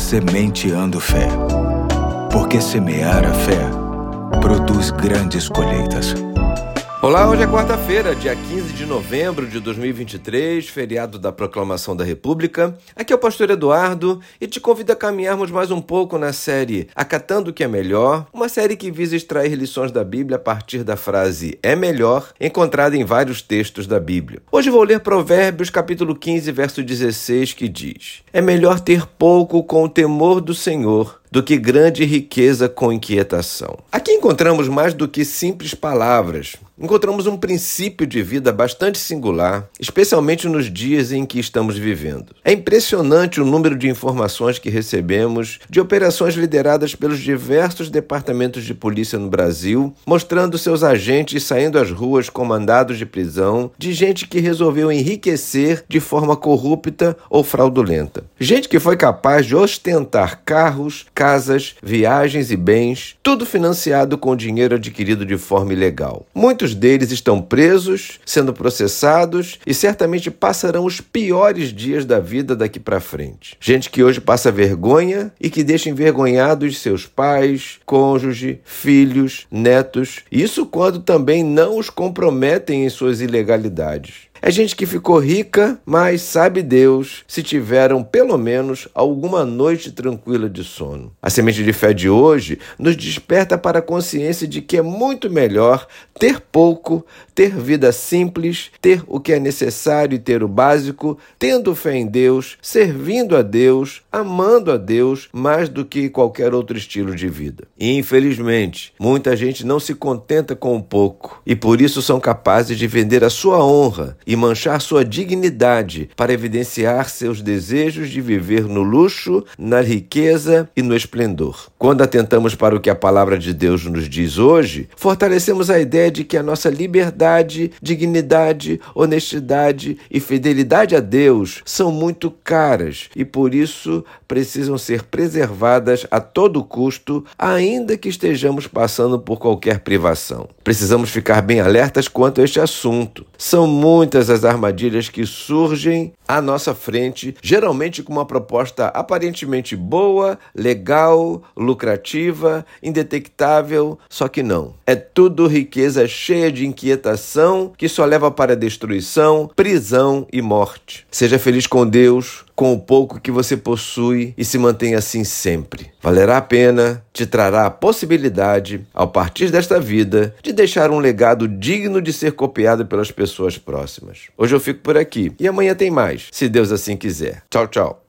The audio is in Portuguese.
Sementeando Fé. Porque semear a fé produz grandes colheitas. Olá, hoje é quarta-feira, dia 15 de novembro de 2023, feriado da Proclamação da República. Aqui é o pastor Eduardo e te convido a caminharmos mais um pouco na série Acatando o que é Melhor, uma série que visa extrair lições da Bíblia a partir da frase "é melhor", encontrada em vários textos da Bíblia. Hoje vou ler Provérbios, capítulo 15, verso 16, que diz: "É melhor ter pouco com o temor do Senhor do que grande riqueza com inquietação." Aqui encontramos mais do que simples palavras. Encontramos um princípio de vida bastante singular, especialmente nos dias em que estamos vivendo. É impressionante o número de informações que recebemos de operações lideradas pelos diversos departamentos de polícia no Brasil, mostrando seus agentes saindo às ruas com mandados de prisão de gente que resolveu enriquecer de forma corrupta ou fraudulenta. Gente que foi capaz de ostentar carros, casas, viagens e bens, tudo financiado com dinheiro adquirido de forma ilegal. Muitos deles estão presos, sendo processados e certamente passarão os piores dias da vida daqui para frente. Gente que hoje passa vergonha e que deixa envergonhados seus pais, cônjuge, filhos, netos. Isso quando também não os comprometem em suas ilegalidades. É gente que ficou rica, mas sabe Deus se tiveram pelo menos alguma noite tranquila de sono. A semente de fé de hoje nos desperta para a consciência de que é muito melhor ter pouco, ter vida simples, ter o que é necessário e ter o básico, tendo fé em Deus, servindo a Deus, amando a Deus, mais do que qualquer outro estilo de vida. E, infelizmente, muita gente não se contenta com o pouco e por isso são capazes de vender a sua honra e manchar sua dignidade para evidenciar seus desejos de viver no luxo, na riqueza e no esplendor. Quando atentamos para o que a palavra de Deus nos diz hoje, fortalecemos a ideia de que a nossa liberdade, dignidade, honestidade e fidelidade a Deus são muito caras e por isso precisam ser preservadas a todo custo, ainda que estejamos passando por qualquer privação. Precisamos ficar bem alertas quanto a este assunto. São muitas as armadilhas que surgem à nossa frente, geralmente com uma proposta aparentemente boa, legal, lucrativa, indetectável, só que não. É tudo riqueza cheia de inquietação que só leva para destruição, prisão e morte. Seja feliz com Deus, com o pouco que você possui e se mantenha assim sempre. Valerá a pena, te trará a possibilidade, ao partir desta vida, de deixar um legado digno de ser copiado pelas pessoas próximas. Hoje eu fico por aqui e amanhã tem mais, se Deus assim quiser. Tchau, tchau.